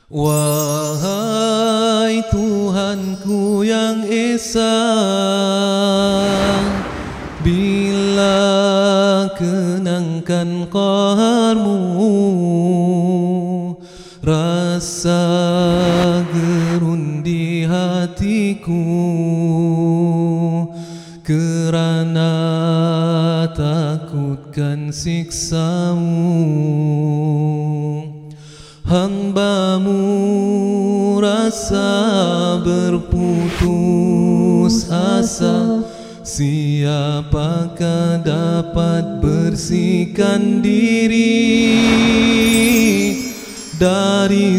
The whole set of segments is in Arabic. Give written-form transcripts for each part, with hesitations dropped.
Wahai Tuhanku yang Esa, bila kenangkan qaharmu, rasa gerun di hatiku, kerana takutkan siksamu. Hambamu rasa berputus asa, siapakah dapat bersihkan diri dari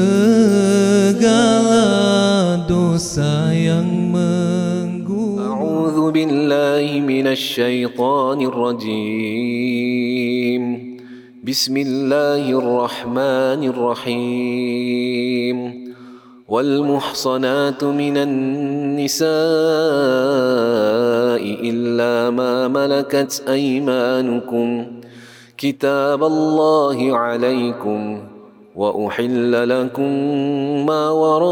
segala dosa yang mengguna. A'udzu billahi minasy syaithanir rajim. Bismillahirrahmanirrahim. Wal muhsanatu minan nisa'i illa ma malakat aymanukum kitaballahi alaikum wa uhilla lakum ma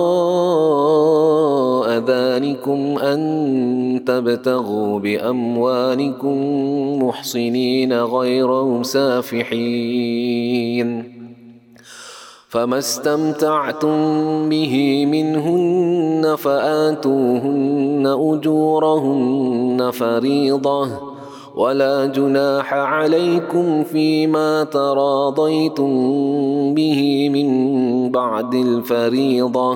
wara'a dhalikum an tabtaghu bi amwalikum muhsinina ghayra musafihin فما استمتعتم به منهن فآتوهن أجورهن فريضة ولا جناح عليكم فيما تراضيتم به من بعد الفريضة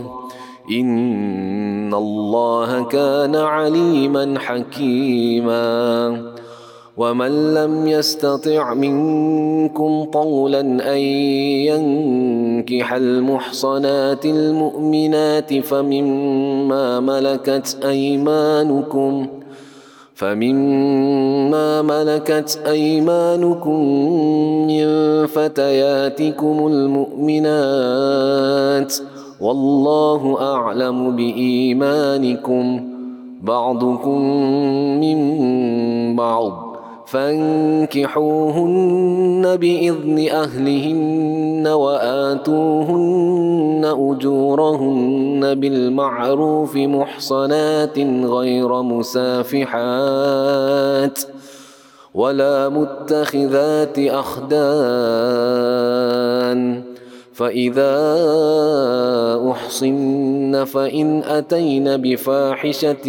إن الله كان عليما حكيما ومن لم يستطع منكم طولا أن ينكح المحصنات المؤمنات فمما ملكت أيمانكم من فتياتكم المؤمنات والله أعلم بإيمانكم بعضكم من بعض فانكحوهن بإذن أهلهن وآتوهن أجورهن بالمعروف محصنات غير مسافحات ولا متخذات أخدان فإذا أحصن فإن أتين بفاحشة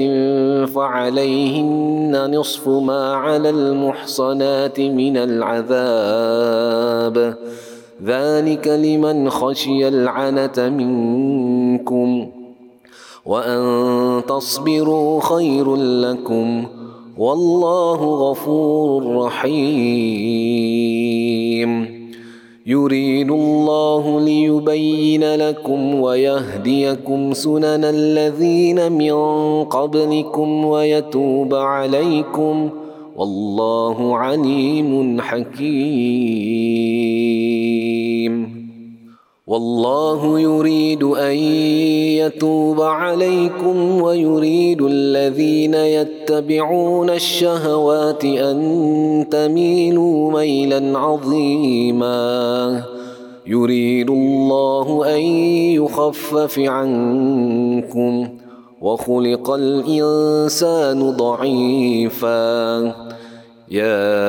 فعليهن نصف ما على المحصنات من العذاب ذلك لمن خشي العنة منكم وأن تصبروا خير لكم والله غفور رحيم يريد الله ليبين لكم ويهديكم سنن الذين من قبلكم ويتوب عليكم والله عليم حكيم والله يريد أن يتوب عليكم ويريد الذين يتبعون الشهوات أن تميلوا ميلا عظيما يريد الله أن يخفف عنكم وخلق الإنسان ضعيفا يا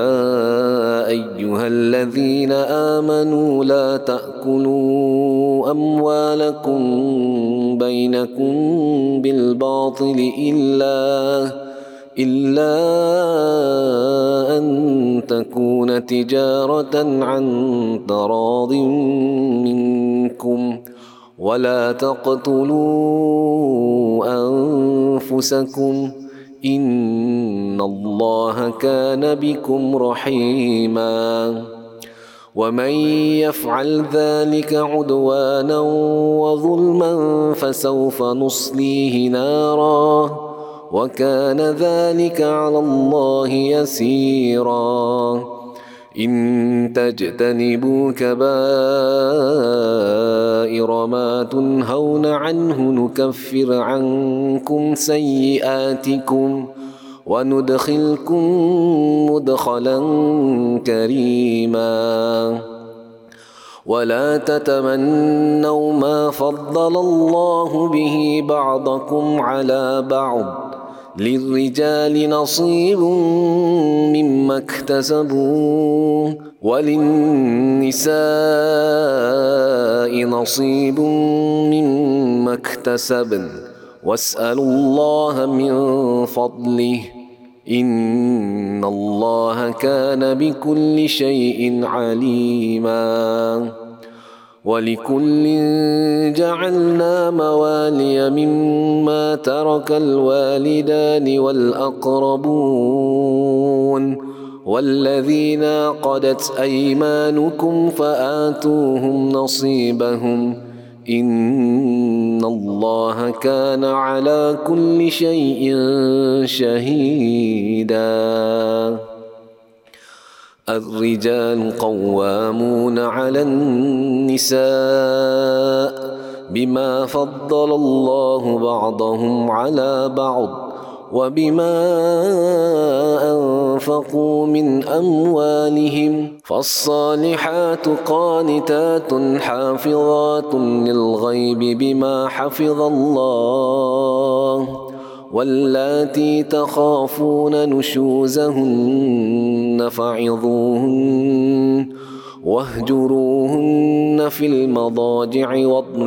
أيها الذين آمنوا لا تأكلوا أموالكم بينكم بالباطل إلا أن تكون تجارة عن تراض منكم ولا تقتلوا أنفسكم إن الله كان بكم رحيما ومن يفعل ذلك عدوانا وظلما فسوف نصليه نارا وكان ذلك على الله يسيرا إن تجتنبوا كبائر ما تنهون عنه نكفر عنكم سيئاتكم وندخلكم مدخلا كريما ولا تتمنوا ما فضل الله به بعضكم على بعض للرجال نصيب مما اكتسبوا وللنساء نصيب مما اكتسبن واسألوا الله من فضله إن الله كان بكل شيء عليما ولكل جعلنا موالي مما ترك الوالدان والأقربون والذين عقدت أيمانكم فآتوهم نصيبهم إن الله كان على كل شيء شهيدا الرجال قوامون على النساء بما فضل الله بعضهم على بعض وبما أنفقوا من أموالهم فالصالحات قانتات حافظات للغيب بما حفظ الله واللاتي تخافون نشوزهن فعظوهن واهجروهن في المضاجع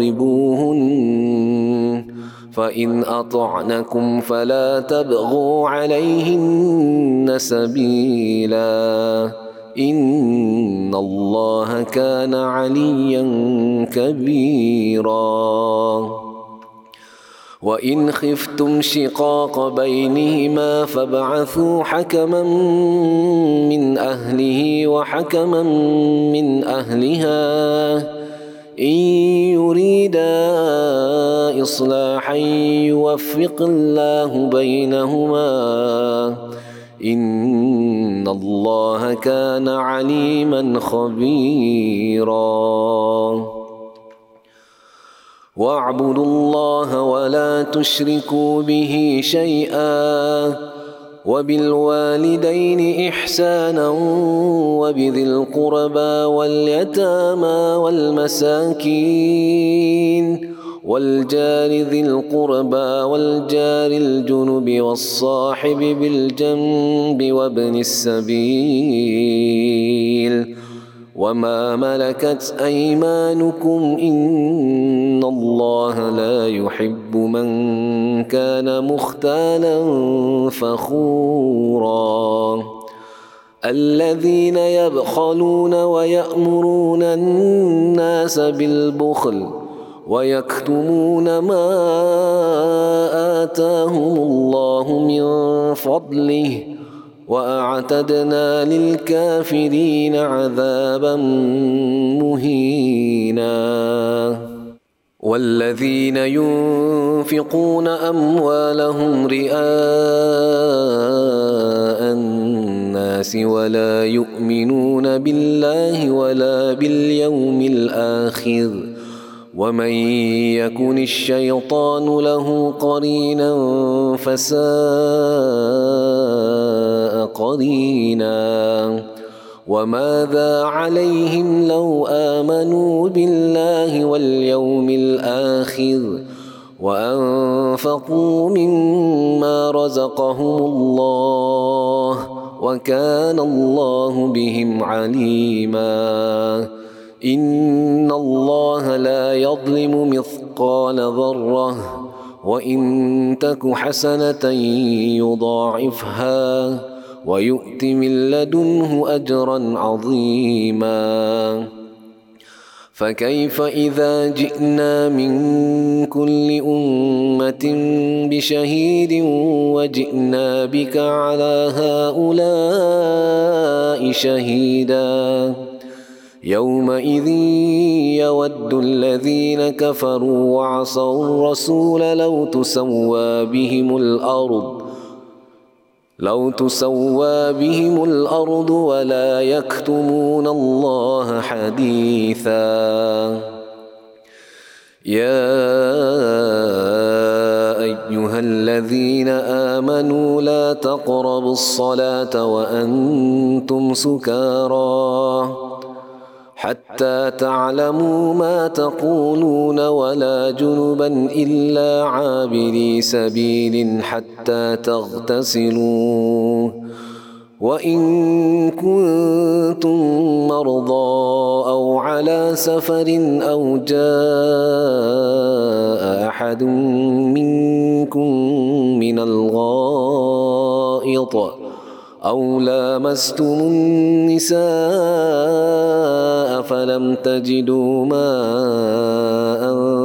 واضربوهن فإن أطعنكم فلا تبغوا عليهن سبيلا إن الله كان عليا كبيرا وإن خفتم شقاق بينهما فابعثوا حكما من أهله وحكما من أهلها إن يريدا إصلاحا يوفق الله بينهما إن الله كان عليما خبيرا واعبدوا الله ولا تشركوا به شيئا وبالوالدين إحسانا وبذي القربى واليتامى والمساكين والجار ذي القربى والجار الجنب والصاحب بالجنب وابن السبيل وما ملكت أيمانكم إن الله لا يحب من كان مختالا فخورا الذين يبخلون ويأمرون الناس بالبخل ويكتمون ما آتاهم الله من فضله وأعتدنا للكافرين عذابا مهينا والذين ينفقون أموالهم رئاء الناس ولا يؤمنون بالله ولا باليوم الآخر ومن يكن الشيطان له قرينا فساء قرينا وماذا عليهم لو آمنوا بالله واليوم الآخر وأنفقوا مما رزقهم الله وكان الله بهم عليما إن الله لا يظلم مثقال ذرة وإن تك حسنة يضاعفها ويؤت من لدنه أجرا عظيما فكيف إذا جئنا من كل أمة بشهيد وجئنا بك على هؤلاء شهيدا يومئذ يود الذين كفروا وعصوا الرسول لو تسوى بهم الأرض ولا يكتمون الله حديثا يا أيها الذين آمنوا لا تقربوا الصلاة وأنتم سكارى حتى حتى تعلموا ما تقولون ولا جنبا إلا عابري سبيل حتى تغتسلوا وإن كنتم مرضى أو على سفر أو جاء أحد منكم من الغائط أو لامستم النساء فلم تجدوا ماء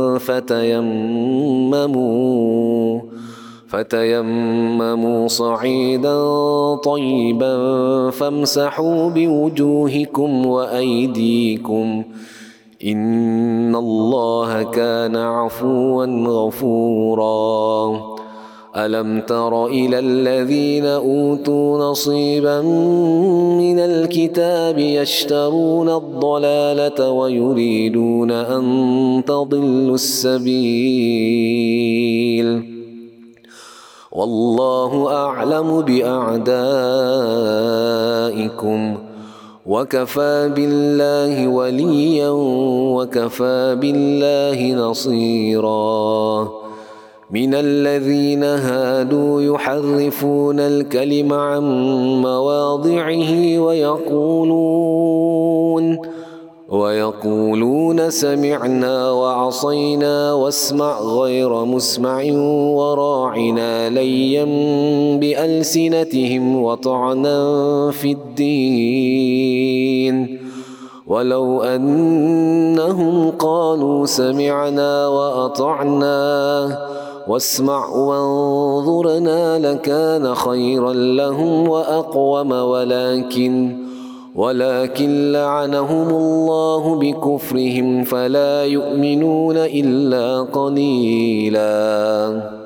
فتيمموا صعيدا طيبا فامسحوا بوجوهكم وأيديكم إن الله كان عفوا غفورا ألم تر إلى الذين أوتوا نصيبا من الكتاب يشترون الضلالة ويريدون أن تضلوا السبيل والله أعلم بأعدائكم وكفى بالله وليا وكفى بالله نصيرا من الذين هادوا يحرفون الكلم عن مواضعه ويقولون سمعنا وعصينا واسمع غير مسمع وراعنا ليا بألسنتهم وطعنا في الدين ولو أنهم قالوا سمعنا وأطعنا واسمع وانظرنا لكان خيرا لهم وأقوم ولكن لعنهم الله بكفرهم فلا يؤمنون إلا قليلا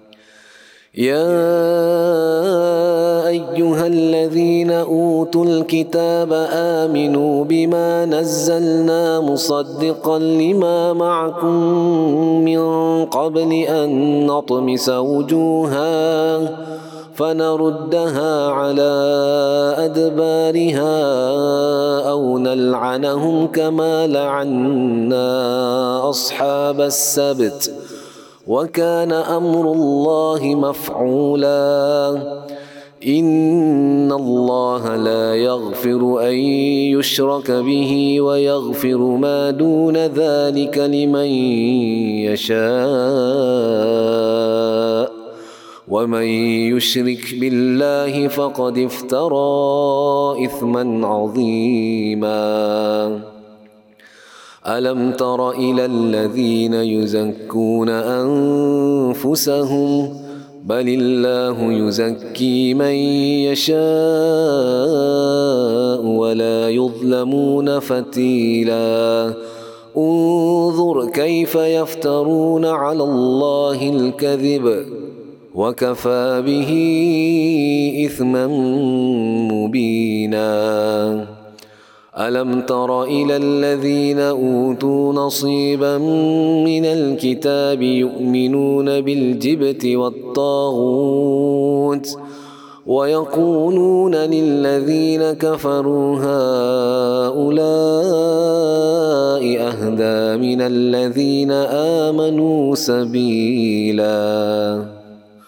يا أيها الذين أوتوا الكتاب آمنوا بما نزلنا مصدقا لما معكم من قبل أن نطمس وجوها فنردها على أدبارها أو نلعنهم كما لعنا أصحاب السبت وكان أمر الله مفعولا إن الله لا يغفر أن يشرك به ويغفر ما دون ذلك لمن يشاء ومن يشرك بالله فقد افترى إثما عظيما ألم تر إلى الذين يزكون أنفسهم بل الله يزكي من يشاء ولا يظلمون فتيلا انظر كيف يفترون على الله الكذب وكفى به إثما مبينا ألم تر إلى الذين أوتوا نصيبا من الكتاب يؤمنون بالجبت والطاغوت ويقولون للذين كفروا هؤلاء أهدى من الذين آمنوا سبيلا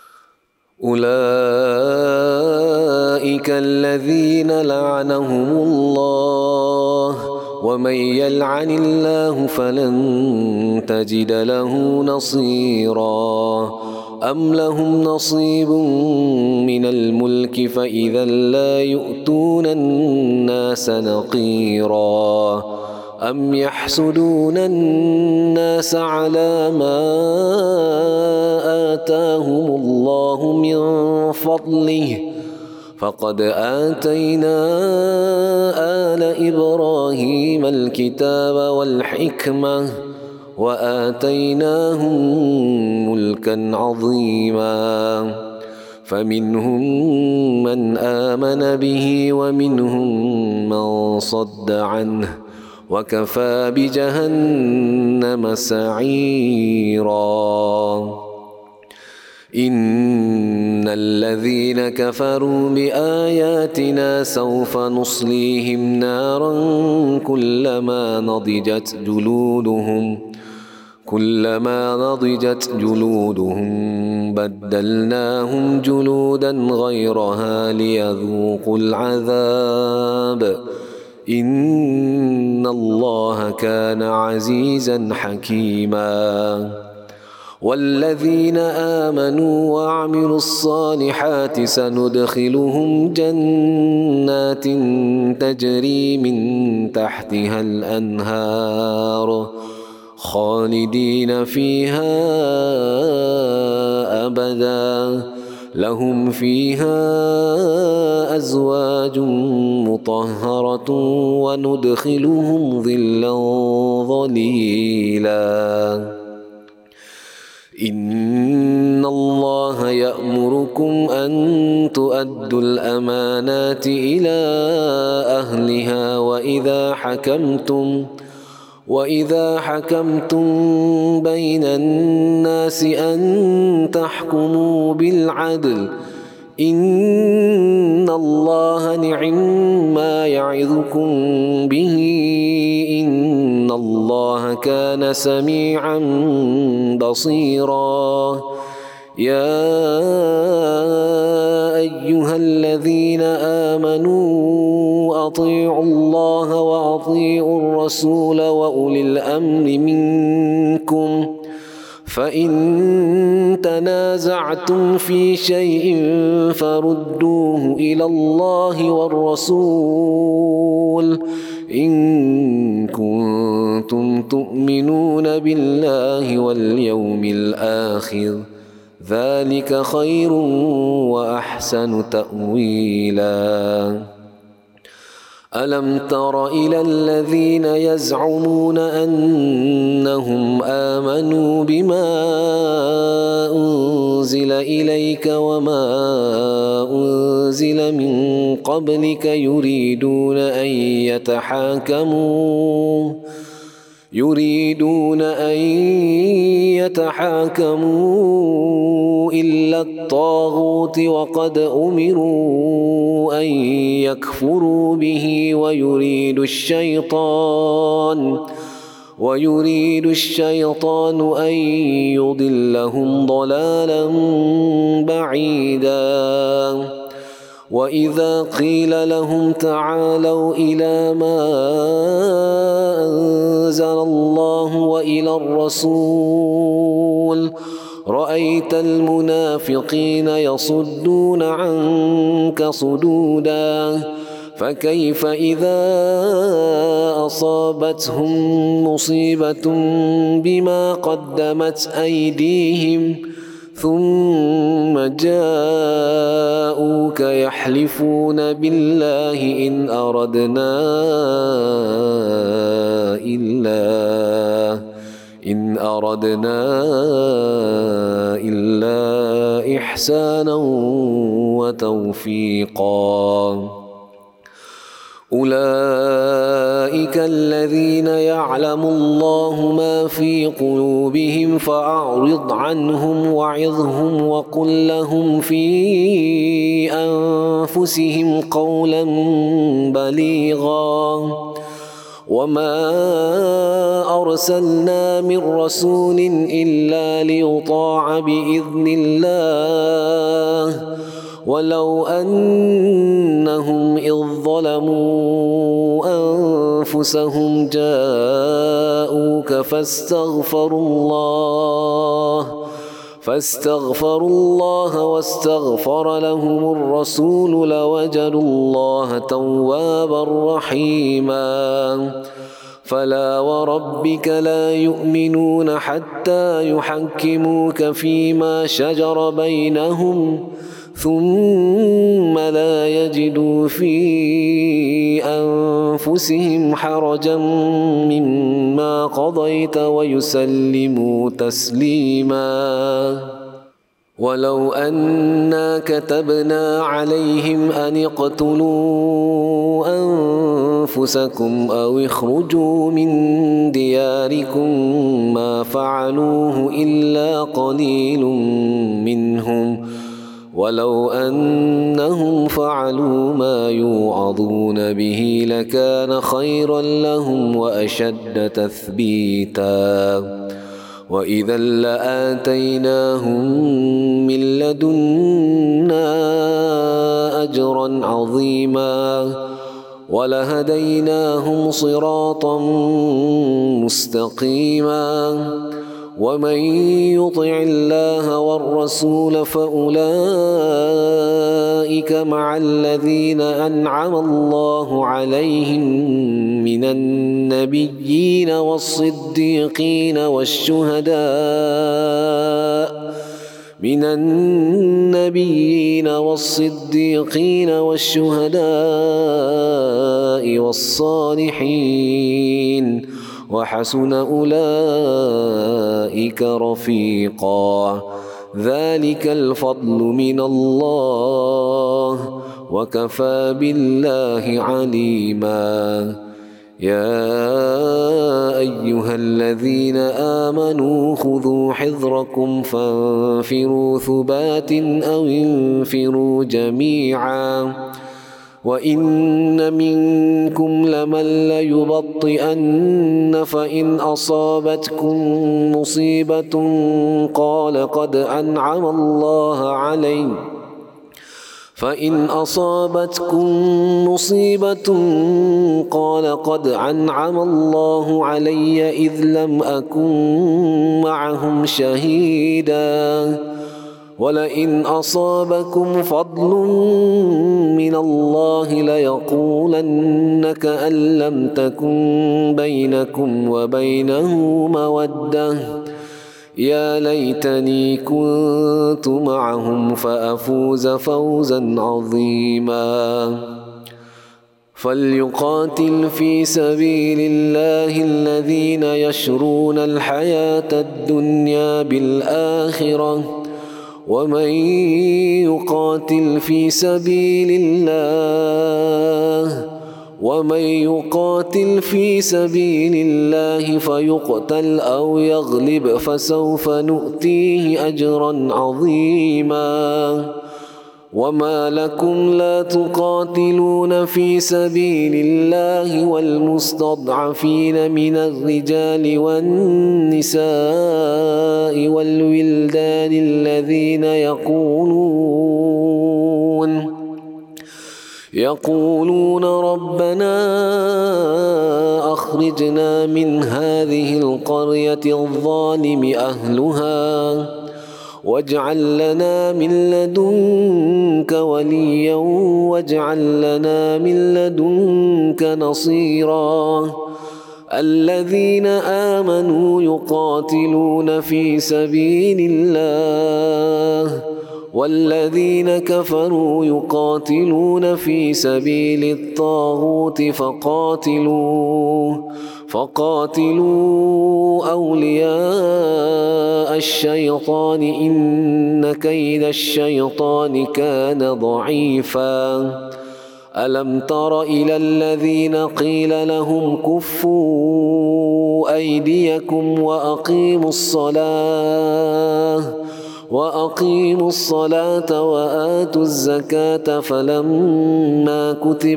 أولئك الذين لعنهم الله ومن يلعن الله فلن تجد له نصيرا أم لهم نصيب من الملك فإذا لا يؤتون الناس نقيرا أم يحسدون الناس على ما آتاهم الله من فضله فقد آتينا آل إبراهيم الكتاب والحكمة وآتيناهم ملكا عظيما فمنهم من آمن به ومنهم من صد عنه وكفى بجهنم سعيرا إن الذين كفروا بآياتنا سوف نصليهم نارا كلما نضجت جلودهم بدلناهم جلودا غيرها ليذوقوا العذاب إن الله كان عزيزا حكيما والذين آمنوا وعملوا الصالحات سندخلهم جنات تجري من تحتها الأنهار خالدين فيها أبدا لهم فيها أزواج مطهرة وندخلهم ظلا ظليلا إن الله يأمركم أن تؤدوا الأمانات إلى أهلها وإذا حكمتم بين الناس أن تحكموا بالعدل إن الله نعم يعظكم به إن الله كان سميعا بصيرا يا أيها الذين آمنوا أطيعوا الله وأطيعوا الرسول وأولي الأمر منكم فإن تنازعتم في شيء فردوه إلى الله والرسول إن كنتم تؤمنون بالله واليوم الآخر ذلك خير وأحسن تأويلا ألم تر إلى الذين يزعمون أنهم آمنوا بما أنزل إليك وما أنزل من قبلك يريدون أن يتحاكموا إلا الطاغوت وقد أمروا أن يكفروا به ويريد الشيطان أن يضلهم ضلالا بعيدا وإذا قيل لهم تعالوا إلى ما أنزل الله وإلى الرسول رأيت المنافقين يصدون عنك صدودا فكيف إذا أصابتهم مصيبة بما قدمت أيديهم ثم جاءوك يحلفون بالله إن أردنا إلا إحسانا وتوفيقا أولئك الذين يعلم الله ما في قلوبهم فأعرض عنهم وعظهم وقل لهم في أنفسهم قولا بليغا وما أرسلنا من رسول إلا ليطاع بإذن الله ولو أنهم إذ ظلموا أنفسهم جاءوك فاستغفروا الله واستغفر لهم الرسول لوجدوا الله توابا رحيما فلا وربك لا يؤمنون حتى يحكموك فيما شجر بينهم ثم لا يجدوا في أنفسهم حرجا مما قضيت ويسلموا تسليما ولو أنا كتبنا عليهم أن اقتلوا أنفسكم أو اخرجوا من دياركم ما فعلوه إلا قليل منهم ولو أنهم فعلوا ما يوعظون به لكان خيرا لهم وأشد تثبيتا وإذا لآتيناهم من لدنا أجرا عظيما ولهديناهم صراطا مستقيما ومن يطع الله والرسول فأولئك مع الذين أنعم الله عليهم من النبيين والصديقين والشهداء والصالحين وحسن أولئك رفيقا ذلك الفضل من الله وكفى بالله عليما يا أيها الذين آمنوا خذوا حذركم فانفروا ثبات أو انفروا جميعا وإن منكم لمن ليبطئن فإن أصابتكم مصيبة قال قد أنعم الله علي إذ لم أكن معهم شهيدا ولئن أصابكم فضل من الله ليقولن كأن لم تكن بينكم وبينه مودة يا ليتني كنت معهم فأفوز فوزا عظيما فليقاتل في سبيل الله الذين يشرون الحياة الدنيا بالآخرة ومن يقاتل في سبيل الله فيقتل أو يغلب فسوف نؤتيه أجرا عظيما وما لكم لا تقاتلون في سبيل الله والمستضعفين من الرجال والنساء والولدان الذين يقولون ربنا أخرجنا من هذه القرية الظالم أهلها واجعل لنا من لدنك وليا واجعل لنا من لدنك نصيرا الذين آمنوا يقاتلون في سبيل الله والذين كفروا يقاتلون في سبيل الطاغوت فقاتلوا أولياء الشيطان إن كيد الشيطان كان ضعيفا ألم تر إلى الذين قيل لهم كفوا أيديكم وأقيموا الصلاة وآتوا الزكاة فلما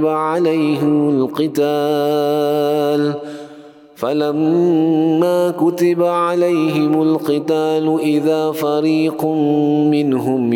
كتب عليهم القتال إذا فريق منهم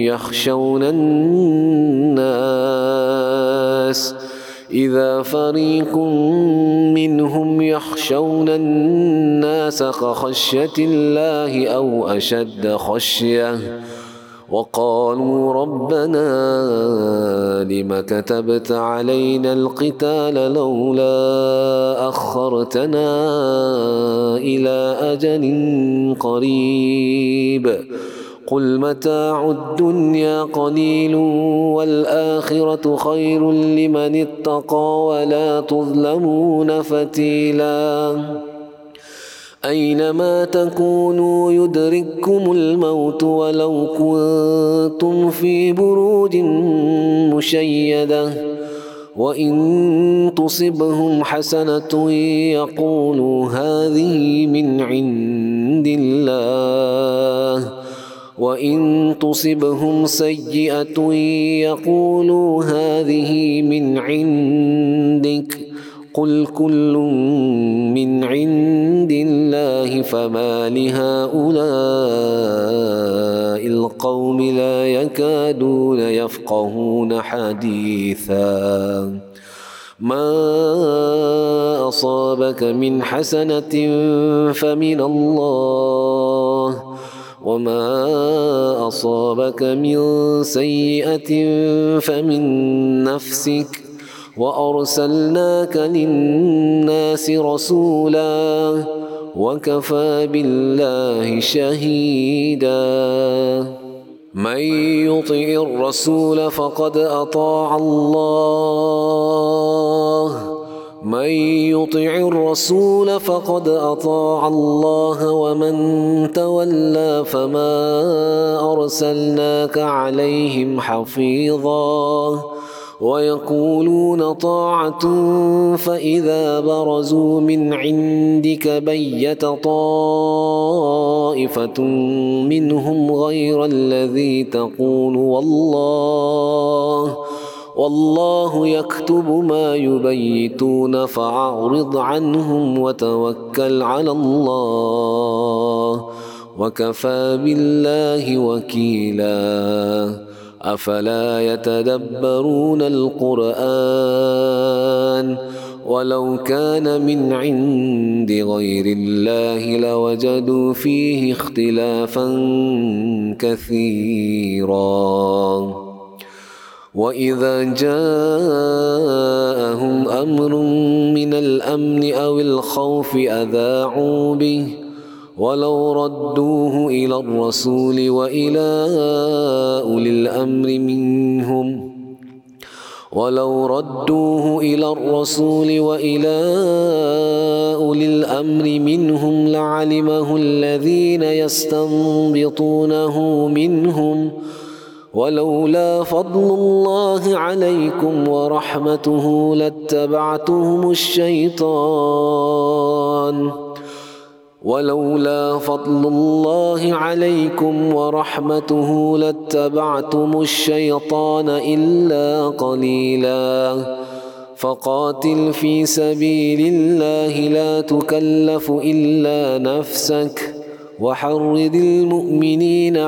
يخشون الناس كخشية الله أو أشد خشية وقالوا ربنا لم كتبت علينا القتال لولا أخرتنا إلى أجل قريب قل متاع الدنيا قليل والآخرة خير لمن اتقى ولا تظلمون فتيلا أينما تكونوا يدرككم الموت ولو كنتم في بروج مشيدة وإن تصبهم حسنة يقولوا هذه من عند الله وإن تصبهم سيئة يقولوا هذه من عندك قل كل من عند الله فما لهؤلاء القوم لا يكادون يفقهون حديثا ما أصابك من حسنة فمن الله وما أصابك من سيئة فمن نفسك وأرسلناك للناس رسولا وكفى بالله شهيدا من يطع الرسول فقد أطاع الله من يطع الرسول فقد أطاع الله ومن تولى فما أرسلناك عليهم حفيظا ويقولون طاعة فإذا برزوا من عندك بيت طائفة منهم غير الذي تقول والله يكتب ما يبيتون فأعرض عنهم وتوكل على الله وكفى بالله وكيلا أفلا يتدبرون القرآن ولو كان من عند غير الله لوجدوا فيه اختلافا كثيرا وإذا جاءهم أمر من الأمن أو الخوف أذاعوا به ولو ردوه إلى الرسول وإلى أولي الأمر منهم لعلمه الذين يستنبطونه منهم ولولا فضل الله عليكم ورحمته لاتبعتم الشيطان إلا قليلا فقاتل في سبيل الله لا تكلف إلا نفسك وحرض المؤمنين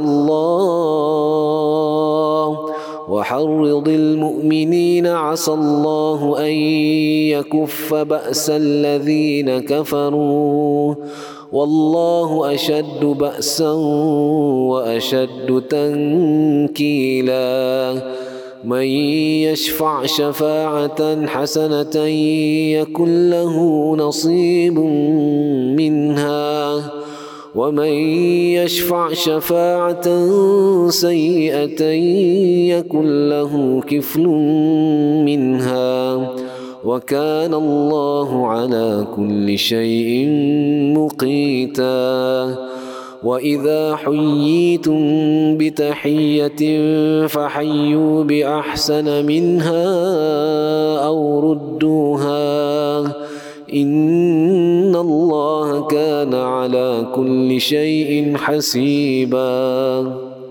عسى الله أن يكف بأس الذين كفروا والله أشد بأسا وأشد تنكيلا من يشفع شفاعة حسنة يكن له نصيب منها ومن يشفع شفاعة سيئة يكن له كفل منها وكان الله على كل شيء مقيتا وإذا حييتم بتحية فحيوا بأحسن منها أو ردوها إن الله كان على كل شيء حسيبا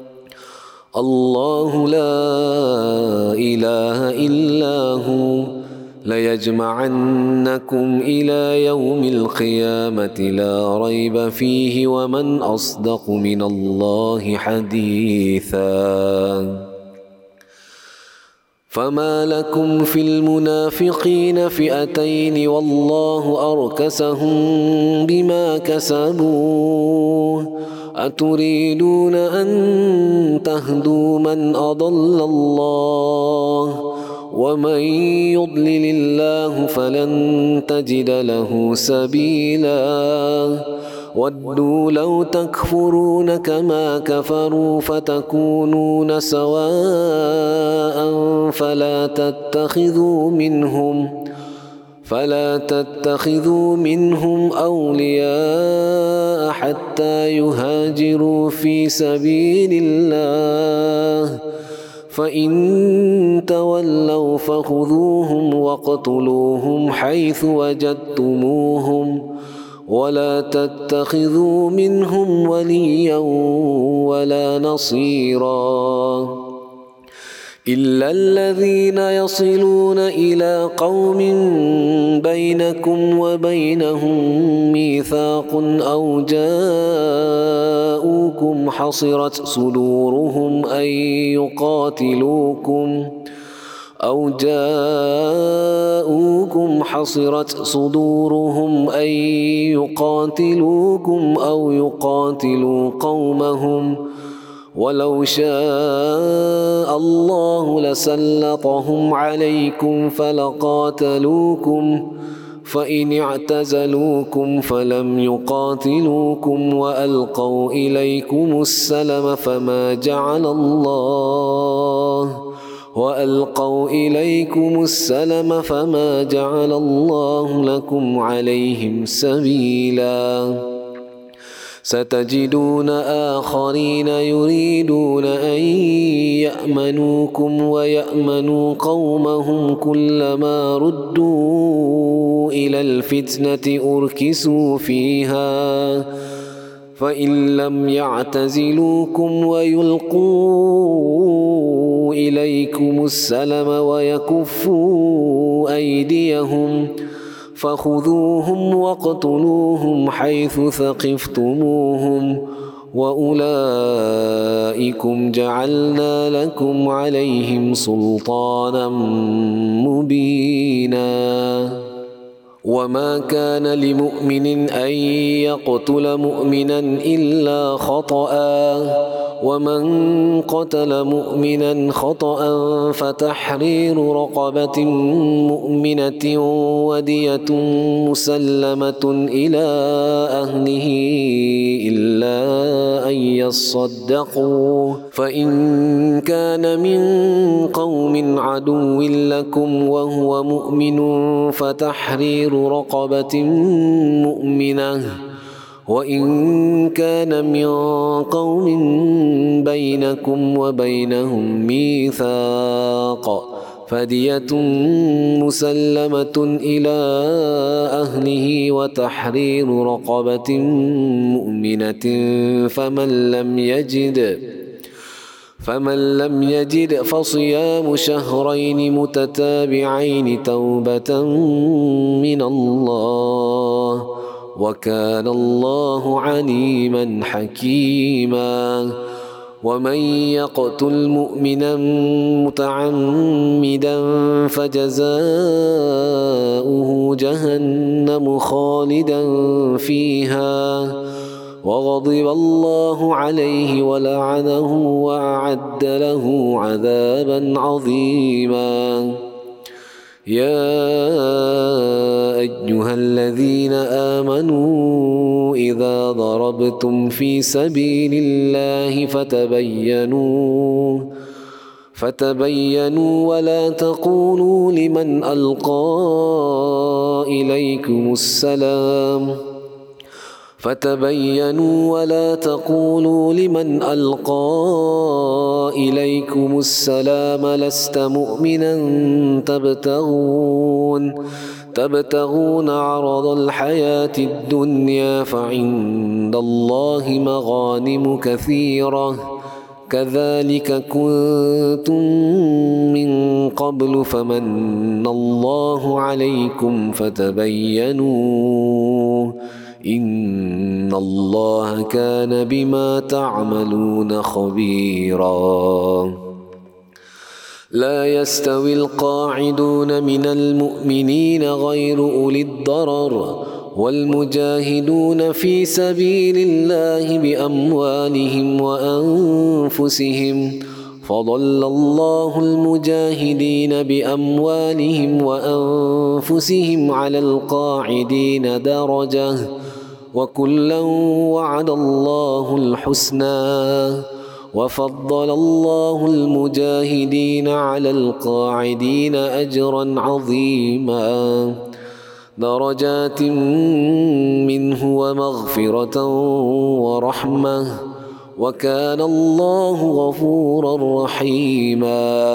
الله لا إله إلا هو ليجمعنكم إلى يوم القيامة لا ريب فيه ومن أصدق من الله حديثا فما لكم في المنافقين فئتين والله أركسهم بما كسبوا أتريدون أن تهدوا من أضل الله ومن يضلل الله فلن تجد له سبيلا ودوا لو تكفرون كما كفروا فتكونون فلا تتخذوا منهم أولياء حتى يهاجروا في سبيل الله فإن تولوا فخذوهم واقتلوهم حيث وجدتموهم ولا تتخذوا منهم وليا ولا نصيرا إلا الذين يصلون إلى قوم بينكم وبينهم ميثاق أو جاءوكم حصرت صدورهم أن يقاتلوكم أو يقاتلوا قومهم ولو شاء الله لسلطهم عليكم فلقاتلوكم فإن اعتزلوكم فلم يقاتلوكم وألقوا إليكم السلم فما جعل الله لكم عليهم سبيلا ستجدون آخرين يريدون أن يأمنوكم ويأمنوا قومهم كلما ردوا إلى الفتنة أركسوا فيها فإن لم يعتزلوكم ويلقوا إليكم السلم ويكفوا أيديهم فخذوهم واقتلوهم حيث ثقفتموهم وأولئكم جعلنا لكم عليهم سلطانا مبينا وما كان لمؤمن أن يقتل مؤمنا إلا خطأ ومن قتل مؤمنا خطأ فتحرير رقبة مؤمنة ودية مسلمة إلى أهله إلا أن يصدقوا فإن كان من قوم عدو لكم وهو مؤمن فتحرير رقبة مؤمنة وإن كان من قوم بينكم وبينهم ميثاق فدية مسلمة إلى أهله وتحرير رقبة مؤمنة فمن لم يجد فصيام شهرين متتابعين توبة من الله وكان الله عليما حكيما ومن يقتل مؤمنا متعمدا فجزاؤه جهنم خالدا فيها وغضب الله عليه ولعنه وأعد له عذابا عظيما يا أيها الذين آمنوا إذا ضربتم في سبيل الله فتبينوا ولا تقولوا لمن ألقى إليكم السلام لست مؤمنا تبتغون عرض الحياة الدنيا فعند الله مغانم كثيرة كذلك كنتم من قبل فمن الله عليكم فتبينوا إن الله كان بما تعملون خبيرا لا يستوي القاعدون من المؤمنين غير أولي الضرر والمجاهدون في سبيل الله بأموالهم وأنفسهم فضل الله المجاهدين بأموالهم وأنفسهم على القاعدين درجة وكلا وعد الله الحسنى وفضل الله المجاهدين على القاعدين أجرا عظيما درجات منه ومغفرة ورحمة وكان الله غفورا رحيما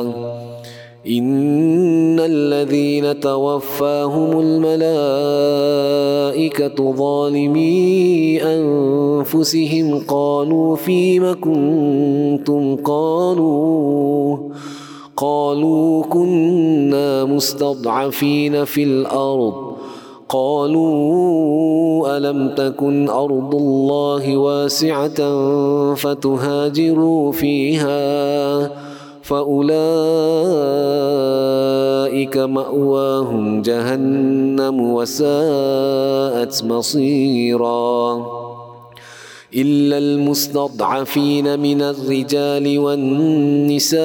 إن الذين توفاهم الملائكة ظالمي أنفسهم قالوا فيم كنتم قالوا كنا مستضعفين في الأرض قالوا ألم تكن أرض الله واسعة فتهاجروا فيها فأولئك مأواهم جهنم وساءت مصيرا إلا المستضعفين من الرجال والنساء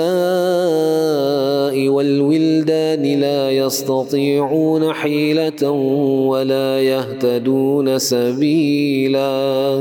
والولدان لا يستطيعون حيلة ولا يهتدون سبيلا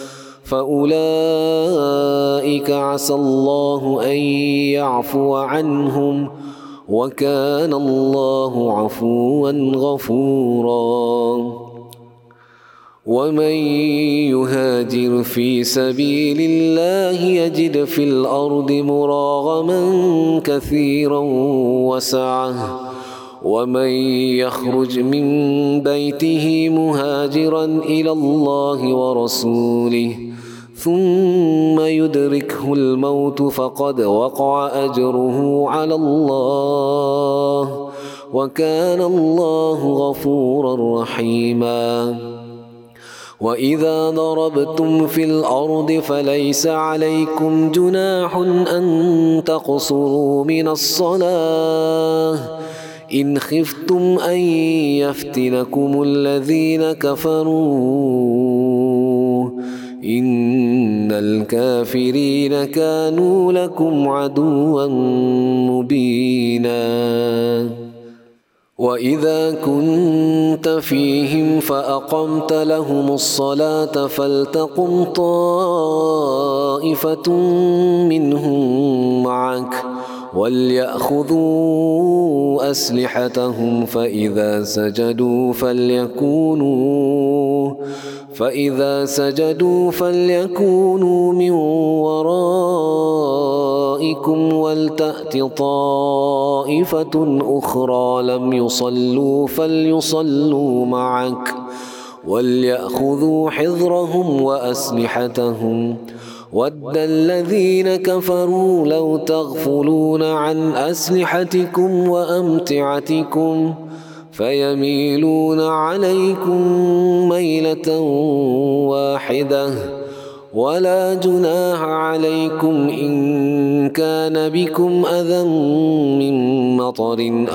فأولئك عسى الله أن يعفو عنهم وكان الله عفوا غفورا ومن يهاجر في سبيل الله يجد في الأرض مراغما كثيرا وسعة ومن يخرج من بيته مهاجرا إلى الله ورسوله ثم يدركه الموت فقد وقع أجره على الله وكان الله غفورا رحيما وإذا ضربتم في الأرض فليس عليكم جناح أن تقصروا من الصلاة إن خفتم أن يفتنكم الذين كفروا إن الكافرين كانوا لكم عدوا مبينا وإذا كنت فيهم فأقمت لهم الصلاة فلتقم طائفة منهم معك وليأخذوا أسلحتهم فإذا سجدوا فليكونوا من ورائكم ولتأت طائفة أخرى لم يصلوا فليصلوا معك وليأخذوا حذرهم وأسلحتهم ود الذين كفروا لو تغفلون عن أسلحتكم وأمتعتكم فيميلون عليكم ميلة واحدة ولا جناح عليكم إن كان بكم أذى من مطر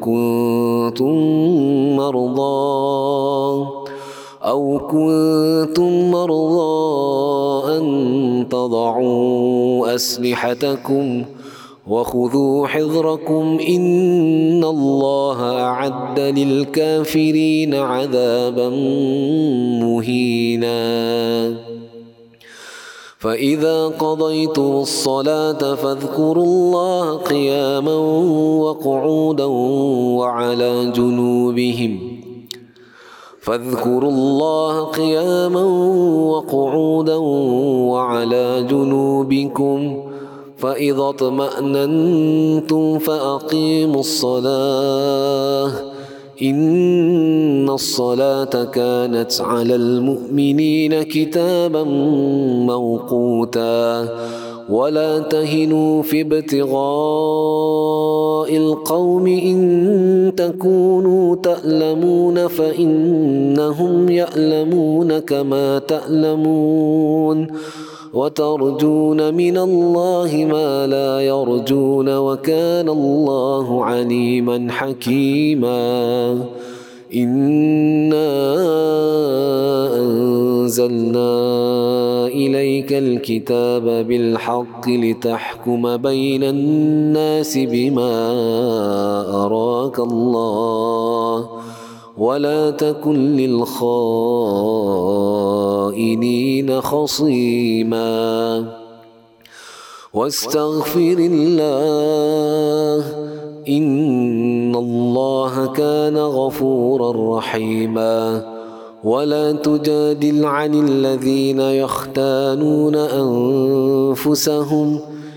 أو كنتم مرضى أن تضعوا أسلحتكم وخذوا حذركم إن الله أعد للكافرين عذابا مهينا فإذا قضيتم الصلاة فاذكروا الله قياما وقعودا وعلى جنوبكم فإذا اطمأننتم فأقيموا الصلاة إن الصلاة كانت على المؤمنين كتابا موقوتا ولا تهنوا في ابتغاء القوم إن تكونوا تألمون فإنهم يألمون كما تألمون وترجون من الله ما لا يرجون وكان الله عليما حكيما إنا أنزلنا إليك الكتاب بالحق لتحكم بين الناس بما أراك الله ولا تكن للخائنين خصيما واستغفر الله إن الله كان غفورا رحيما ولا تجادل عن الذين يختانون أنفسهم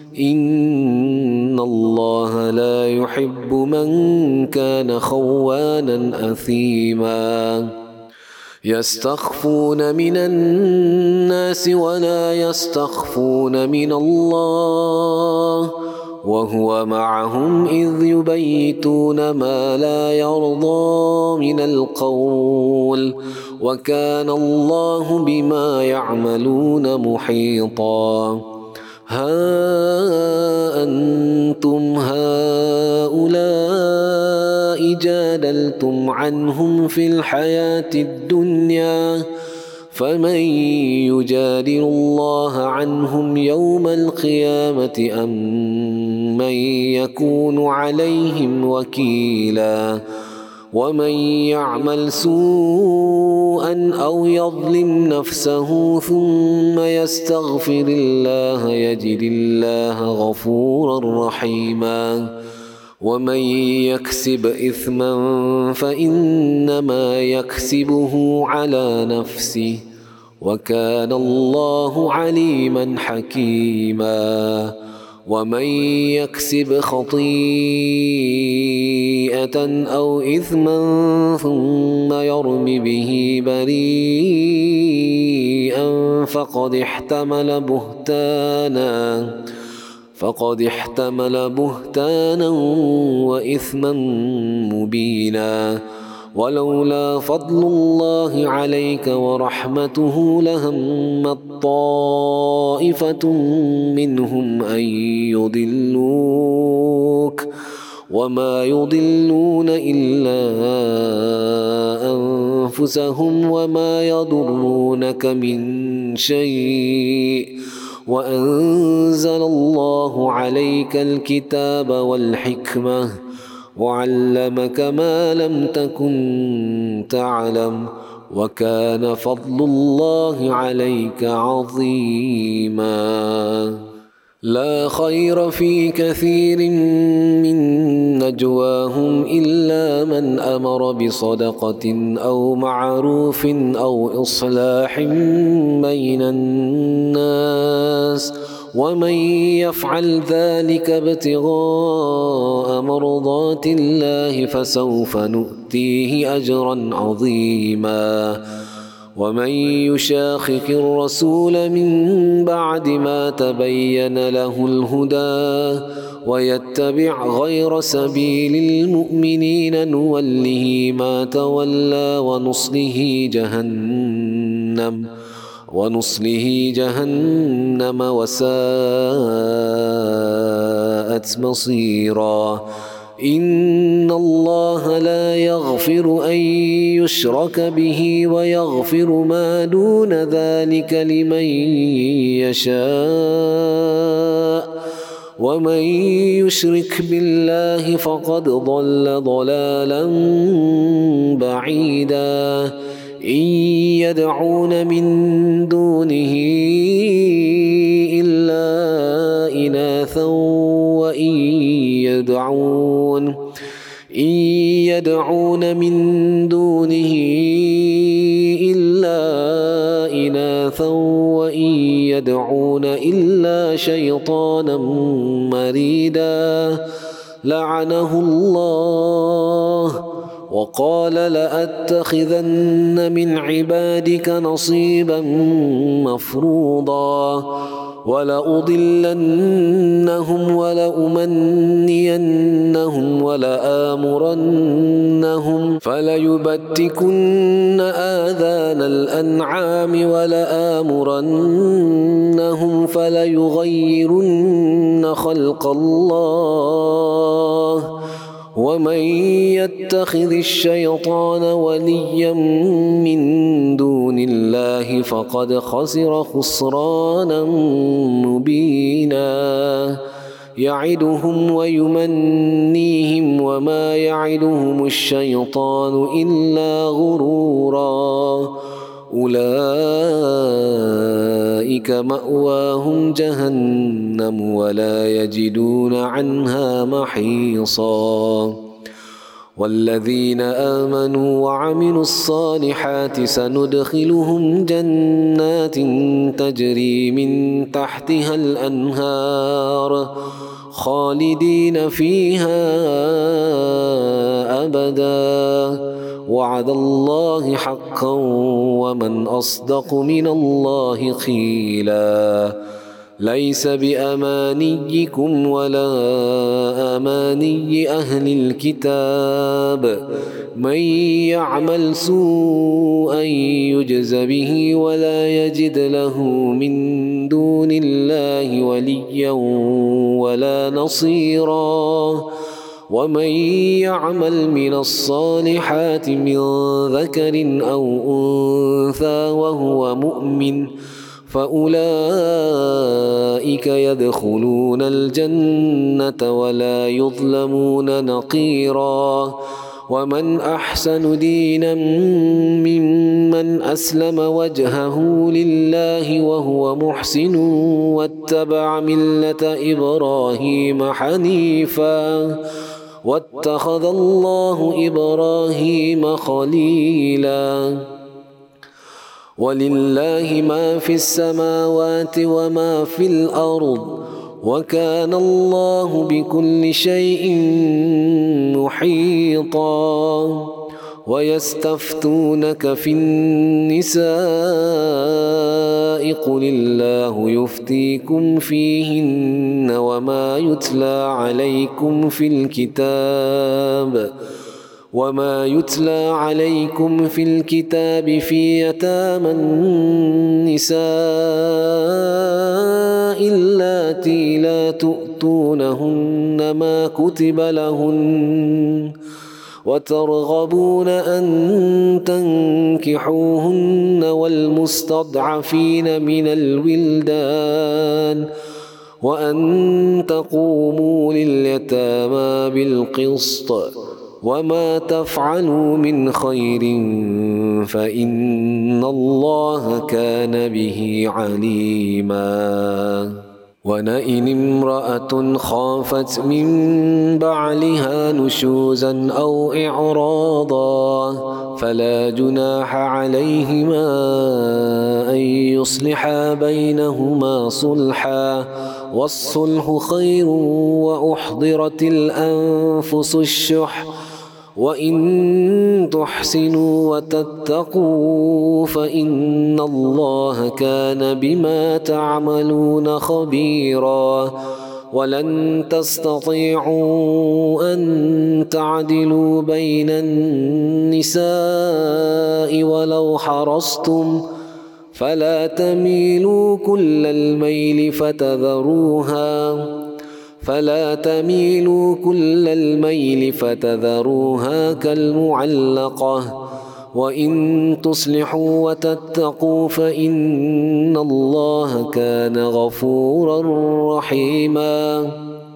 إن الله لا يحب من كان خوانا أثيما يستخفون من الناس ولا يستخفون من الله وهو معهم إذ يبيتون ما لا يرضى من القول وكان الله بما يعملون محيطا ها أنتم هؤلاء جادلتم عنهم في الحياة الدنيا فمن يجادل الله عنهم يوم القيامة أم من يكون عليهم وكيلا ومن يعمل سوءا أو يظلم نفسه ثم يستغفر الله يجد الله غفورا رحيما ومن يكسب إثما فإنما يكسبه على نفسه وكان الله عليما حكيما ومن يكسب خطيئة أو إثما ثم يرم به بريئا فقد احتمل بهتانا وإثما مبينا ولولا فضل الله عليك ورحمته لهمت طائفة منهم أن يضلوك وما يضلون إلا أنفسهم وما يضرونك من شيء وأنزل الله عليك الكتاب والحكمة وعلمك ما لم تكن تعلم وكان فضل الله عليك عظيما لا خير في كثير من نجواهم إلا من أمر بصدقة أو معروف أو إصلاح بين الناس ومن يفعل ذلك ابتغاء مرضات الله فسوف نؤتيه أجرا عظيما ومن يشاقق الرسول من بعد ما تبين له الهدى ويتبع غير سبيل المؤمنين نوله ما تولى ونصله جهنم وساءت مصيرا إن الله لا يغفر أن يشرك به ويغفر ما دون ذلك لمن يشاء ومن يشرك بالله فقد ضل ضلالا بعيدا إن يدعون من دونه إلا إناثا وإن يدعون من دونه إلا إناثا وإن يدعون إلا شيطانا مريدا لعنه الله وقال لأتخذن من عبادك نصيبا مفروضا ولأضلنهم ولأمنينهم ولآمرنهم فليبتكن آذان الأنعام ولآمرنهم فليغيرن خلق الله ومن يتخذ الشيطان وليا من دون الله فقد خسر خسرانا مبينا يعدهم ويمنيهم وما يعدهم الشيطان إلا غرورا أولئك مأواهم جهنم ولا يجدون عنها محيصا والذين آمنوا وعملوا الصالحات سندخلهم جنات تجري من تحتها الأنهار خالدين فيها أبدا وعد الله حقا ومن أصدق من الله قيلا ليس بأمانيكم ولا أماني أهل الكتاب من يعمل سوءا يجز به ولا يجد له من دون الله وليا ولا نصيرا ومن يعمل من الصالحات من ذكر أو أنثى وهو مؤمن فأولئك يدخلون الجنة ولا يظلمون نقيرا ومن أحسن دينا ممن أسلم وجهه لله وهو محسن واتبع ملة إبراهيم حنيفا واتخذ الله إبراهيم خليلا ولله ما في السماوات وما في الأرض وكان الله بكل شيء محيطا ويستفتونك في النساء قل الله يفتيكم فيهن وما يتلى عليكم في الكتاب في يتامى النساء اللاتي لا تؤتونهن ما كتب لهن وترغبون أن تنكحوهن والمستضعفين من الولدان وأن تقوموا لليتامى بالقسط وما تفعلوا من خير فإن الله كان به عليما ولئن امرأة خافت من بعلها نشوزا أو إعراضا فلا جناح عليهما أن يصلحا بينهما صلحا والصلح خير وأحضرت الأنفس الشح وإن تحسنوا وتتقوا فإن الله كان بما تعملون خبيرا ولن تستطيعوا أن تعدلوا بين النساء ولو حرصتم فلا تميلوا كل الميل فتذروها كالمعلقة وإن تصلحوا وتتقوا فإن الله كان غفورا رحيما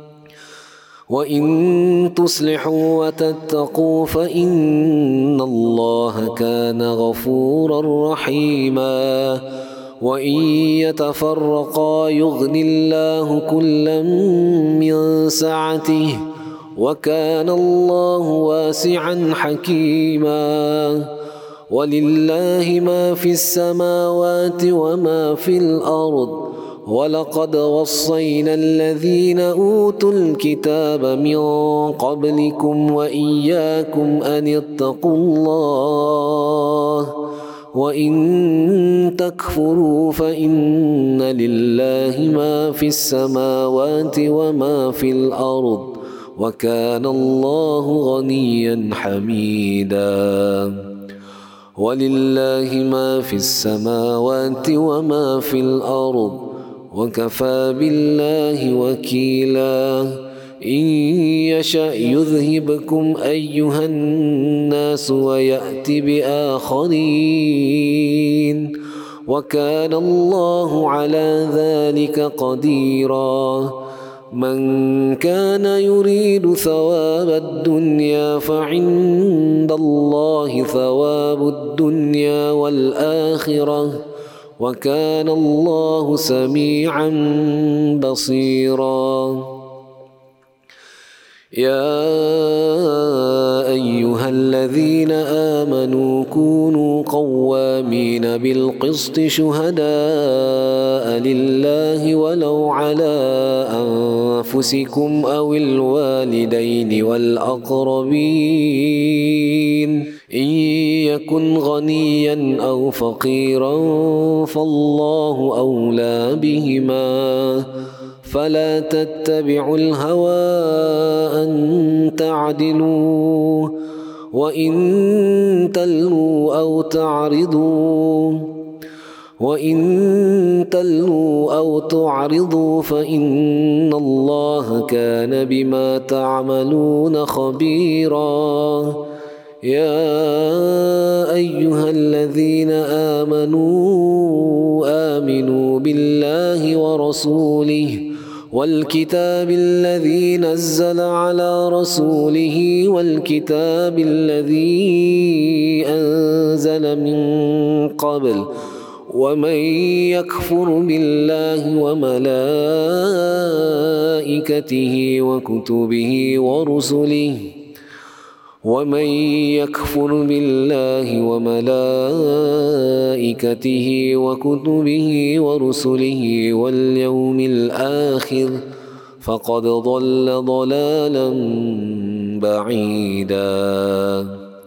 وإن يتفرقا يغن الله كلا من سعته وكان الله واسعا حكيما ولله ما في السماوات وما في الأرض ولقد وصينا الذين أوتوا الكتاب من قبلكم وإياكم أن اتقوا الله وإن تكفروا فإن لله ما في السماوات وما في الأرض وكان الله غنيا حميدا ولله ما في السماوات وما في الأرض وكفى بالله وكيلا إن يشأ يذهبكم أيها الناس ويأت بآخرين وكان الله على ذلك قديرا من كان يريد ثواب الدنيا فعند الله ثواب الدنيا والآخرة وكان الله سميعا بصيرا. يا أيها الذين آمنوا كونوا قوامين بالقسط شهداء لله ولو على أنفسكم أو الوالدين والأقربين إن يكن غنيا أو فقيرا فالله أولى بهما فلا تتبعوا الهوى أن تعدلوا وإن تلووا أو تعرضوا فإن الله كان بما تعملون خبيرا. يا أيها الذين آمنوا بالله ورسوله والكتاب الذي نزل على رسوله والكتاب الذي أنزل من قبل ومن يكفر بالله وملائكته وكتبه ورسله واليوم الآخر فقد ضل ضلالا بعيدا.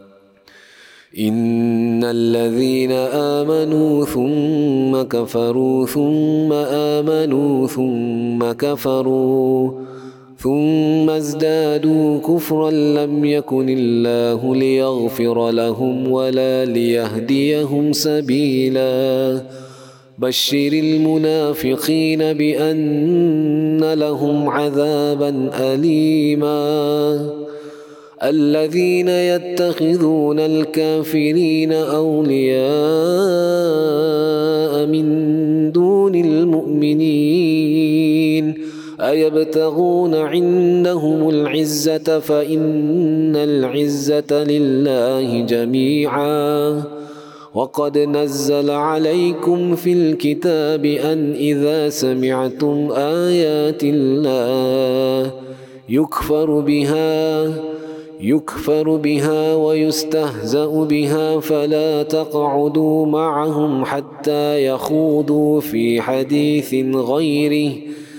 إن الذين آمنوا ثم كفروا ثم آمنوا ثم كفروا ثم ازدادوا كفرا لم يكن الله ليغفر لهم ولا ليهديهم سبيلا. بشر المنافقين بأن لهم عذابا أليما. الذين يتخذون الكافرين أولياء من دون المؤمنين أيبتغون عندهم العزة فإن العزة لله جميعا. وقد نزل عليكم في الكتاب أن إذا سمعتم آيات الله يكفر بها ويستهزأ بها فلا تقعدوا معهم حتى يخوضوا في حديث غيره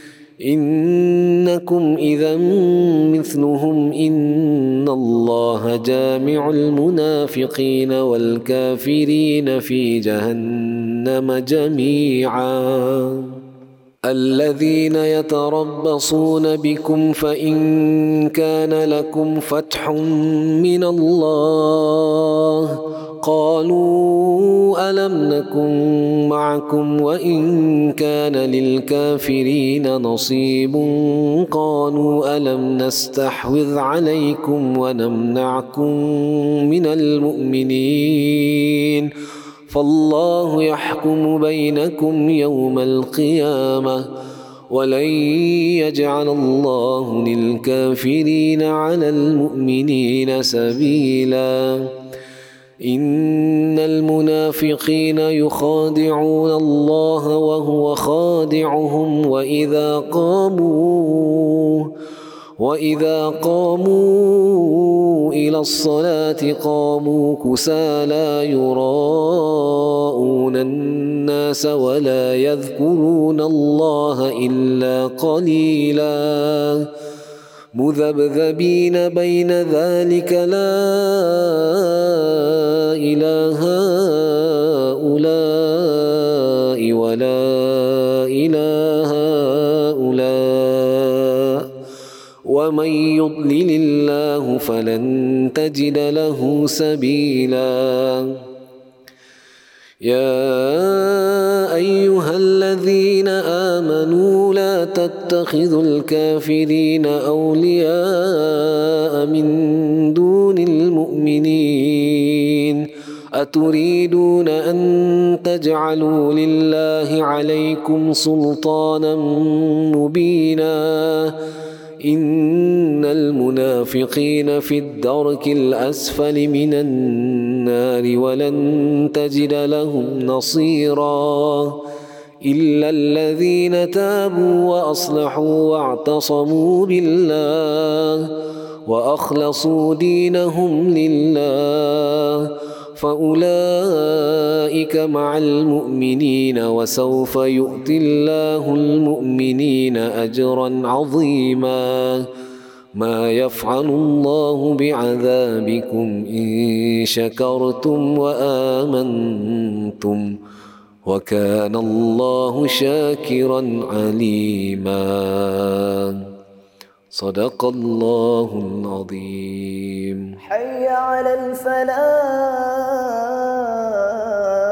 إنكم إذا مثلهم إن الله جامع المنافقين والكافرين في جهنم جميعا. الذين يتربصون بكم فإن كان لكم فتح من الله قالوا ألم نكن معكم وإن كان للكافرين نصيب قالوا ألم نستحوذ عليكم ونمنعكم من المؤمنين فالله يحكم بينكم يوم القيامة ولن يجعل الله للكافرين على المؤمنين سبيلا. إن المنافقين يخادعون الله وهو خادعهم وإذا قاموا إلى الصلاة قاموا كسالى يراءون الناس ولا يذكرون الله إلا قليلا مذبذبين بين ذلك لا إله هؤلاء ولا إله هؤلاء ومن يضلل الله فلن تجد له سبيلا. يا أيها الذين آمنوا لا تتخذوا الكافرين أولياء من دون المؤمنين أتريدون أن تجعلوا لله عليكم سلطانا مبينا إن المنافقين في الدرك الأسفل من النار ولن تجد لهم نصيرا إلا الذين تابوا وأصلحوا واعتصموا بالله وأخلصوا دينهم لله فأولئك مع المؤمنين وسوف يؤتي الله المؤمنين أجرا عظيما ما يفعل الله بعذابكم إن شكرتم وآمنتم وكان الله شاكرا عليما صدق الله العظيم. حي على الفلاح.